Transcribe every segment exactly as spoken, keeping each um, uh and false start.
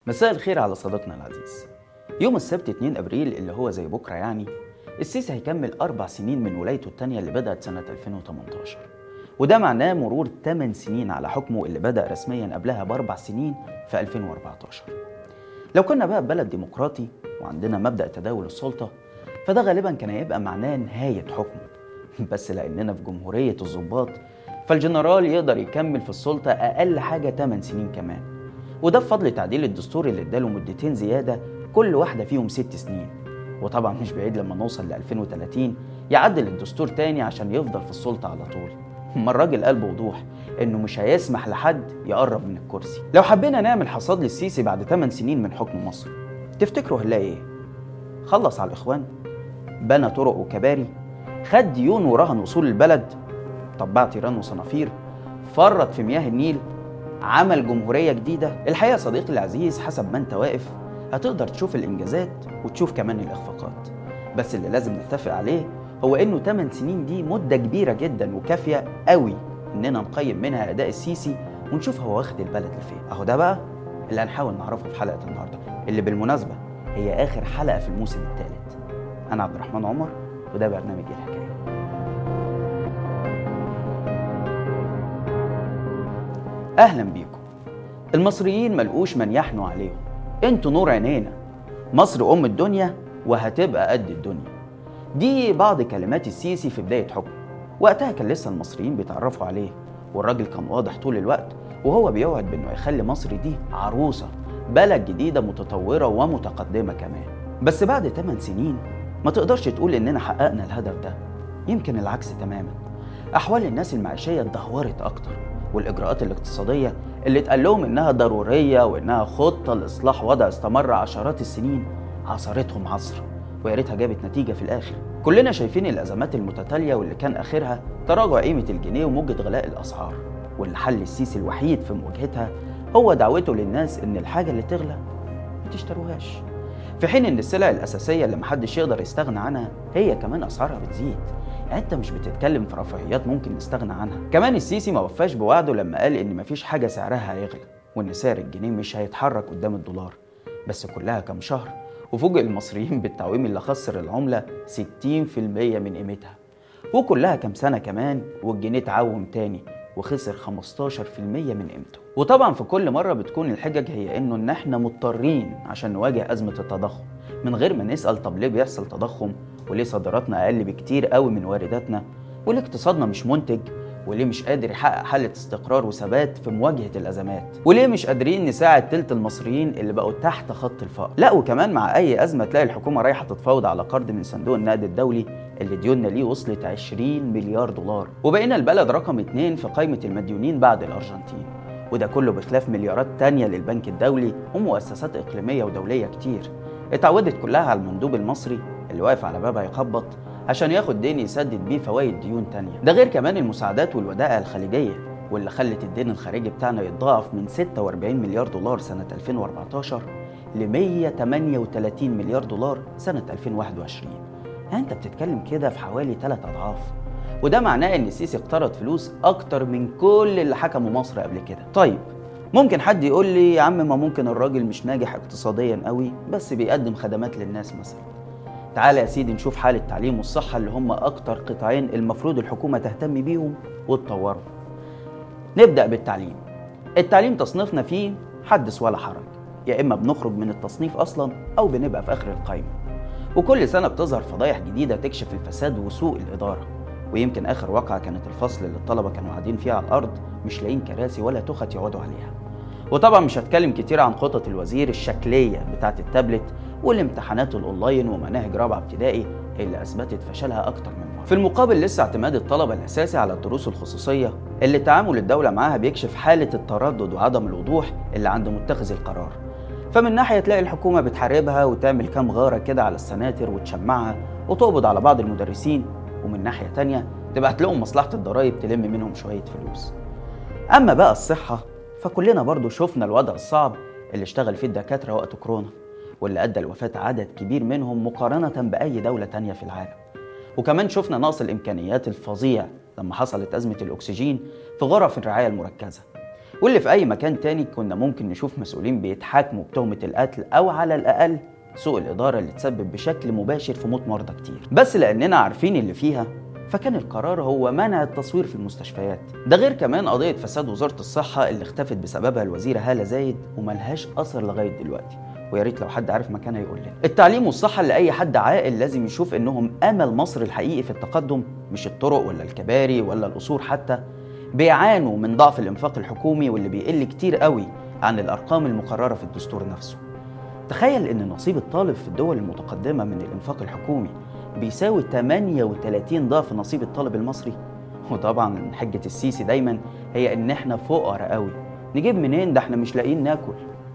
مساء الخير على صديقنا العزيز. يوم السبت اتنين أبريل اللي هو زي بكرة يعني السيسي هيكمل أربع سنين من ولايته التانية اللي بدأت سنة ألفين وتمنتاشر، وده معناه مرور ثمان سنين على حكمه اللي بدأ رسميا قبلها بأربع سنين في ألفين وأربعتاشر. لو كنا بقى بلد ديمقراطي وعندنا مبدأ تداول السلطة فده غالبا كان هيبقى معناه نهاية حكمه، بس لأننا في جمهورية الضباط فالجنرال يقدر يكمل في السلطة أقل حاجة ثمان سنين كمان، وده بفضل تعديل الدستور اللي اداله مدتين زيادة كل واحدة فيهم ست سنين. وطبعا مش بعيد لما نوصل ل ألفين وثلاثين يعدل الدستور تاني عشان يفضل في السلطة على طول. ما الراجل قال بوضوح انه مش هيسمح لحد يقرب من الكرسي. لو حبينا نعمل حصاد للسيسي بعد ثمان سنين من حكم مصر تفتكروا هنلاقي ايه؟ خلص على الاخوان، بنى طرق وكباري، خد ديون ورهن اصول البلد، طبع تيران وصنافير، فرط في مياه النيل، عمل جمهورية جديدة. الحقيقة صديقي العزيز حسب ما انت واقف هتقدر تشوف الانجازات وتشوف كمان الاخفاقات، بس اللي لازم نتفق عليه هو انه ثمان سنين دي مدة كبيرة جدا وكافية قوي اننا نقيم منها اداء السيسي ونشوف هو واخد البلد لفين. اهو ده بقى اللي هنحاول نعرفه في حلقة النهاردة اللي بالمناسبة هي اخر حلقة في الموسم الثالث. انا عبد الرحمن عمر وده برنامج الحكاية. اهلا بيكم. المصريين ملقوش من يحنوا عليهم، انتوا نور عينينا، مصر ام الدنيا وهتبقى قد الدنيا. دي بعض كلمات السيسي في بداية حكمه، وقتها كان لسه المصريين بيتعرفوا عليه، والراجل كان واضح طول الوقت وهو بيوعد بانه يخلي مصر دي عروسة بلد جديدة متطورة ومتقدمة كمان. بس بعد ثمان سنين ما تقدرش تقول اننا حققنا الهدف ده، يمكن العكس تماما. احوال الناس المعيشية اتدهورت اكتر، والاجراءات الاقتصادية اللي اتقال لهم انها ضرورية وانها خطة لاصلاح وضع استمر عشرات السنين عصرتهم عصر، ويا ريتها جابت نتيجة في الاخر. كلنا شايفين الازمات المتتالية واللي كان اخرها تراجع قيمة الجنيه وموجة غلاء الاسعار، واللي حل السيسي الوحيد في مواجهتها هو دعوته للناس ان الحاجة اللي تغلى ما تشتروهاش، في حين ان السلع الاساسية اللي محدش يقدر يستغنى عنها هي كمان اسعارها بتزيد. يعني انت مش بتتكلم في رفاهيات ممكن نستغنى عنها. كمان السيسي ما وفاش بوعده لما قال ان مفيش حاجة سعرها هيغلى وان سعر الجنيه مش هيتحرك قدام الدولار، بس كلها كام شهر وفوجئ المصريين بالتعويم اللي خسر العملة ستين في المية من قيمتها، وكلها كام سنة كمان والجنيه اتعوم تاني وخسر خمستاشر في المية من قيمته. وطبعا في كل مرة بتكون الحجج هي انه ان احنا مضطرين عشان نواجه ازمة التضخم، من غير ما نسأل طب ليه بيحصل تضخم، وليه صادراتنا اقل بكتير قوي من وارداتنا، وليه اقتصادنا مش منتج، وليه مش قادر يحقق حالة استقرار وثبات في مواجهة الازمات، وليه مش قادرين نساعد تلت المصريين اللي بقوا تحت خط الفقر. لا وكمان مع اي ازمة تلاقي الحكومة رايحة تتفاوض على قرض من صندوق النقد الدولي اللي ديوننا ليه وصلت عشرين مليار دولار، وبقينا البلد رقم اتنين في قائمة المديونين بعد الارجنتين، وده كله بخلاف مليارات تانية للبنك الدولي ومؤسسات اقليمية ودولية كتير اتعودت كلها على المندوب المصري اللي واقف على بابها يخبط عشان ياخد دين يسدد بيه فوائد ديون تانية. ده غير كمان المساعدات والودائع الخليجية واللي خلت الدين الخارجي بتاعنا يتضاعف من ستة وأربعين مليار دولار سنة ألفين وأربعتاشر ل مية وتمانية وتلاتين مليار دولار سنة ألفين وواحد وعشرين. يعني انت بتتكلم كده في حوالي ثلاث اضعاف، وده معناه ان السيسي اقترض فلوس اكتر من كل اللي حكموا مصر قبل كده. طيب ممكن حد يقول لي يا عم ما ممكن الراجل مش ناجح اقتصاديا قوي بس بيقدم خدمات للناس مثلا. تعالى يا سيدي نشوف حال التعليم والصحة اللي هم اكتر قطاعين المفروض الحكومة تهتم بيهم وتطورهم. نبدأ بالتعليم. التعليم تصنيفنا فيه حدث ولا حرج، يا اما بنخرج من التصنيف اصلا او بنبقى في اخر القائمة، وكل سنة بتظهر فضايح جديدة تكشف الفساد وسوء الإدارة. ويمكن آخر واقعة كانت الفصل اللي الطلبة كانوا قاعدين فيه على الأرض مش لاقيين كراسي ولا تخت يقعدوا عليها. وطبعا مش هتكلم كتير عن خطط الوزير الشكلية بتاعة التابلت والامتحانات الأونلاين ومناهج رابعة ابتدائي اللي أثبتت فشلها أكتر من مرة. في المقابل لسه اعتماد الطلبة الأساسي على الدروس الخصوصية اللي تعامل الدولة معاها بيكشف حالة التردد وعدم الوضوح اللي عند متخذ القرار. فمن ناحية تلاقي الحكومة بتحاربها وتعمل كام غارة كده على السناتر وتشمعها وتقبض على بعض المدرسين، ومن ناحية تانية تبقى تلاقوا مصلحة الضرايب تلم منهم شوية فلوس. أما بقى الصحة فكلنا برضو شفنا الوضع الصعب اللي اشتغل فيه الدكاترة وقت كورونا، واللي أدى لوفاة عدد كبير منهم مقارنة بأي دولة تانية في العالم. وكمان شفنا نقص الإمكانيات الفظيع لما حصلت أزمة الأكسجين في غرف الرعاية المركزة. واللي في أي مكان تاني كنا ممكن نشوف مسؤولين بيتحاكموا بتهمة القتل أو على الأقل سوء الإدارة اللي تسبب بشكل مباشر في موت مرضى كتير. بس لأننا عارفين اللي فيها فكان القرار هو منع التصوير في المستشفيات. ده غير كمان قضية فساد وزارة الصحة اللي اختفت بسببها الوزيرة هالة زايد وملهاش أثر لغاية دلوقتي، ويا ريت لو حد عارف مكانها يقول لنا. التعليم والصحة اللي أي حد عاقل لازم يشوف إنهم أمل مصر الحقيقي في التقدم، مش الطرق ولا الكباري ولا القصور حتى، بيعانوا من ضعف الإنفاق الحكومي واللي بيقل كتير قوي عن الأرقام المقررة في الدستور نفسه. تخيل إن نصيب الطالب في الدول المتقدمة من الإنفاق الحكومي بيساوي ثمانية وثلاثين ضعف نصيب الطالب المصري. وطبعا حجة السيسي دايما هي إن إحنا فقراء قوي، نجيب منين ده إحنا مش لاقيين ناكل.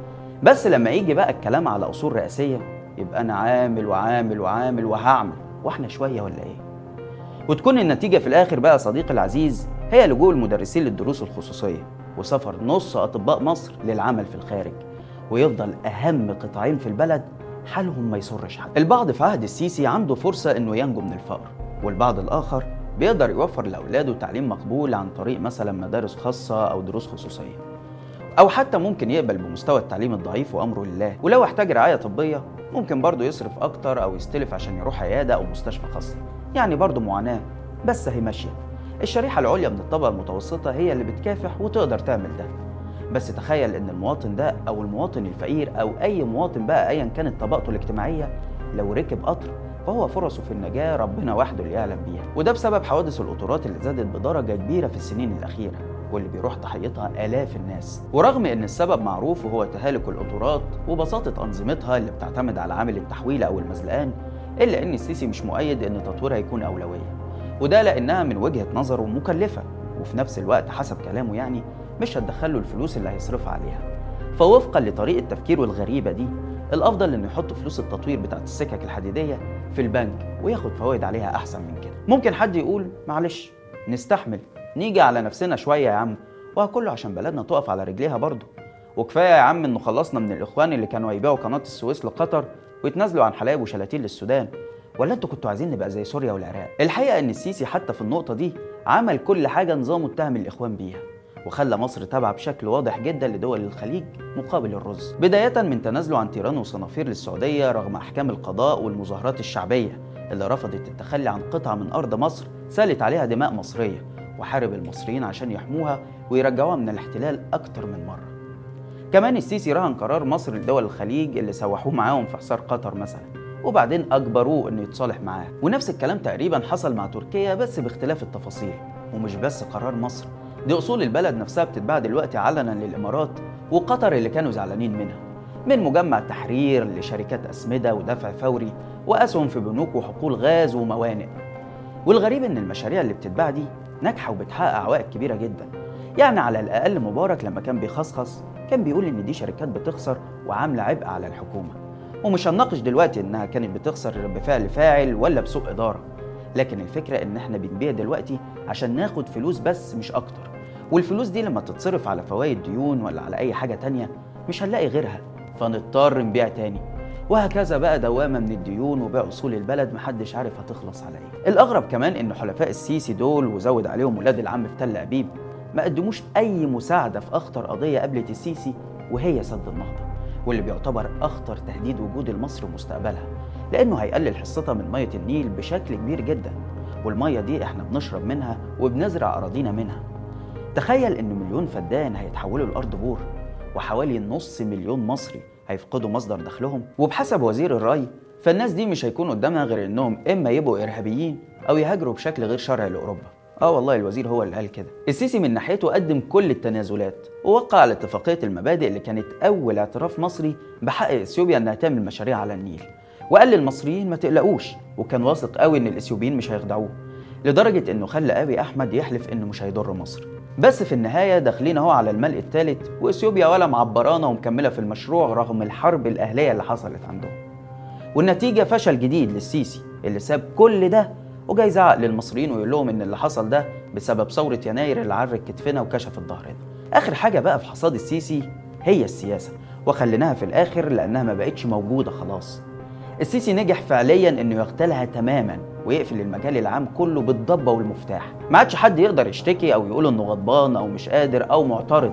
بس لما يجي بقى الكلام على أصول رئاسية يبقى أنا عامل وعامل وعامل وهعمل، وإحنا شوية ولا إيه؟ وتكون النتيجة في الآخر بقى صديقي العزيز هي لجوء المدرسين للدروس الخصوصية وسفر نص أطباء مصر للعمل في الخارج، ويفضل أهم قطاعين في البلد حالهم ما يسرش حد. البعض في عهد السيسي عنده فرصة إنه ينجو من الفقر، والبعض الآخر بيقدر يوفر لأولاده تعليم مقبول عن طريق مثلا مدارس خاصة أو دروس خصوصية، أو حتى ممكن يقبل بمستوى التعليم الضعيف وأمره لله، ولو احتاج رعاية طبية ممكن برضه يصرف أكتر أو يستلف عشان يروح عيادة أو مستشفى خاصة. يعني برضه معاناة، بس هي ماشية. الشريحة العليا من الطبقة المتوسطة هي اللي بتكافح وتقدر تعمل ده. بس تخيل ان المواطن ده او المواطن الفقير او اي مواطن بقى ايا كانت طبقته الاجتماعية لو ركب قطر فهو فرصه في النجاة ربنا وحده اللي يعلم بيها، وده بسبب حوادث القطورات اللي زادت بدرجة كبيرة في السنين الأخيرة واللي بيروح ضحيتها آلاف الناس. ورغم ان السبب معروف وهو تهالك القطورات وبساطة أنظمتها اللي بتعتمد على عامل التحويل او المزلقان، الا ان السيسي مش مؤيد ان تطويرها يكون أولوية، وده لانها من وجهة نظره مكلفة، وفي نفس الوقت حسب كلامه يعني مش هتدخله الفلوس اللي هيصرفها عليها. فوفقا لطريقة تفكيره الغريبة دي الأفضل إنه يحط فلوس التطوير بتاعت السكك الحديدية في البنك وياخد فوائد عليها أحسن من كده. ممكن حد يقول معلش نستحمل، نيجي على نفسنا شوية يا عم، وكله عشان بلدنا تقف على رجليها برضه. وكفاية يا عم إنه خلصنا من الإخوان اللي كانوا هيبيعوا قناة السويس لقطر ويتنازلوا عن حلايب وشلاتين للسودان، ولا انتوا كنتوا عايزين نبقى زي سوريا والعراق؟ الحقيقة إن السيسي حتى في النقطة دي عمل كل حاجة نظامه اتهم الإخوان بيها، وخلى مصر تابعة بشكل واضح جدا لدول الخليج مقابل الرز، بداية من تنازله عن تيران وصنافير للسعودية رغم أحكام القضاء والمظاهرات الشعبية اللي رفضت التخلي عن قطعة من أرض مصر سالت عليها دماء مصرية، وحارب المصريين عشان يحموها ويرجعوها من الاحتلال أكتر من مرة. كمان السيسي رهن قرار مصر لدول الخليج اللي سوحوه معاهم في حصار قطر مثلا، وبعدين أجبروه إنه يتصالح معاه. ونفس الكلام تقريبا حصل مع تركيا بس باختلاف التفاصيل. ومش بس قرار مصر، دي أصول البلد نفسها بتتباع دلوقتي علنا للإمارات وقطر اللي كانوا زعلانين منها، من مجمع تحرير لشركات أسمدة ودفع فوري وأسهم في بنوك وحقول غاز وموانئ. والغريب إن المشاريع اللي بتتباع دي ناجحة وبتحقق عوائد كبيرة جدا. يعني على الأقل مبارك لما كان بيخصخص كان بيقول إن دي شركات بتخسر وعاملة عبء على الحكومة، ومش هنناقش دلوقتي إنها كانت بتخسر بفعل فاعل ولا بسوء إدارة، لكن الفكرة إن إحنا بنبيع دلوقتي عشان ناخد فلوس بس مش أكتر، والفلوس دي لما تتصرف على فوائد ديون ولا على أي حاجة تانية مش هنلاقي غيرها فنضطر نبيع تاني، وهكذا بقى دوامة من الديون وبيع أصول البلد محدش عارف هتخلص على إيه. الأغرب كمان إن حلفاء السيسي دول وزود عليهم ولاد العم في تل أبيب ما قدموش أي مساعدة في أخطر قضية قابلت السيسي وهي سد النهضة، واللي بيعتبر أخطر تهديد وجود لمصر ومستقبلها، لأنه هيقلل حصتها من مية النيل بشكل كبير جدا، والمية دي إحنا بنشرب منها وبنزرع أراضينا منها. تخيل إن مليون فدان هيتحولوا لأرض بور، وحوالي نص مليون مصري هيفقدوا مصدر دخلهم، وبحسب وزير الري فالناس دي مش هيكون قدامها غير إنهم إما يبقوا إرهابيين أو يهاجروا بشكل غير شرعي لأوروبا. اه والله الوزير هو اللي قال كده. السيسي من ناحيته قدم كل التنازلات ووقع على اتفاقية المبادئ اللي كانت أول اعتراف مصري بحق إثيوبيا إنها تعمل مشاريع على النيل، وقال للمصريين ما تقلقوش، وكان واثق قوي إن الإثيوبيين مش هيخدعوه، لدرجة إنه خلى أبي أحمد يحلف إنه مش هيضر مصر. بس في النهاية داخلين اهو على الملء الثالث، وإثيوبيا ولا معبرانة ومكملة في المشروع رغم الحرب الأهلية اللي حصلت عندهم. والنتيجة فشل جديد للسيسي اللي ساب كل ده وجاي يزعق للمصريين ويقول لهم ان اللي حصل ده بسبب ثورة يناير اللي عرت كتفنا وكشفت ظهرنا. اخر حاجة بقى في حصاد السيسي هي السياسة، وخليناها في الاخر لانها ما بقتش موجودة خلاص. السيسي نجح فعليا انه يغتالها تماما ويقفل المجال العام كله بالضبة والمفتاح. ما عادش حد يقدر يشتكي او يقول انه غضبان او مش قادر او معترض،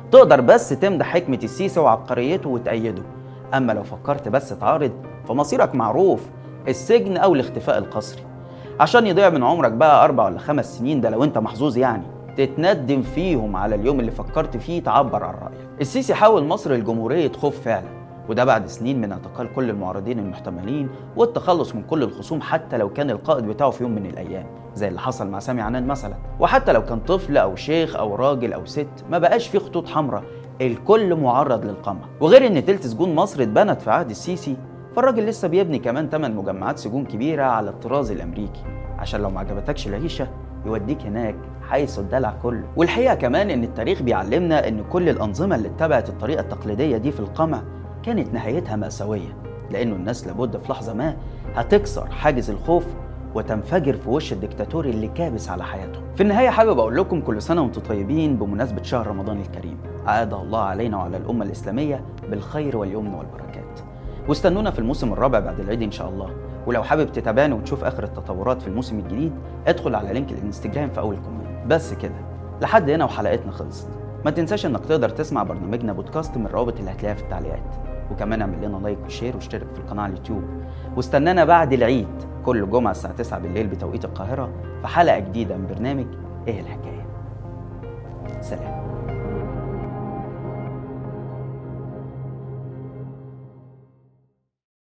تقدر بس تمدح حكمة السيسي وعبقريته وتأيده، أما لو فكرت بس تعارض فمصيرك معروف، السجن أو الاختفاء القسري. عشان يضيع من عمرك بقى أربع ولا خمس سنين، ده لو أنت محظوظ يعني، تتندم فيهم على اليوم اللي فكرت فيه تعبر عن رأيك. السيسي حول مصر لجمهورية خوف فعلا، وده بعد سنين من اعتقال كل المعارضين المحتملين والتخلص من كل الخصوم، حتى لو كان القائد بتاعه في يوم من الأيام، زي اللي حصل مع سامي عنان مثلا. وحتى لو كان طفل أو شيخ أو راجل أو ست، ما بقاش فيه خطوط حمراء، الكل معرض للقمع. وغير ان تلت سجون مصر اتبنت في عهد السيسي، فالراجل لسه بيبني كمان ثمان مجمعات سجون كبيرة على الطراز الأمريكي، عشان لو ما عجبتكش العيشة يوديك هناك حيث الدلع كله. والحقيقة كمان ان التاريخ بيعلمنا ان كل الأنظمة اللي اتبعت الطريقة التقليدية دي في القمع كانت نهايتها مأساوية، لأنه الناس لابد في لحظة ما هتكسر حاجز الخوف وتنفجر في وش الدكتاتور اللي كابس على حياتهم. في النهاية حابب أقول لكم كل سنة وانتم طيبين بمناسبة شهر رمضان الكريم، عاد الله علينا وعلى الأمة الإسلامية بالخير واليمن والبركات. واستنونا في الموسم الرابع بعد العيد إن شاء الله. ولو حابب تتابعني وتشوف آخر التطورات في الموسم الجديد، ادخل على لينك الانستجرام في أول كومنت. بس كده، لحد هنا وحلقتنا خلصت. ما تنساش انك تقدر تسمع برنامجنا بودكاست من الروابط اللي هتلاقيها في التعليقات، وكمان اعمل لنا لايك وشير واشترك في القناة على اليوتيوب. واستنانا بعد العيد كل جمعة الساعة تسعة بالليل بتوقيت القاهرة في حلقة جديدة من برنامج ايه الحكاية. سلام.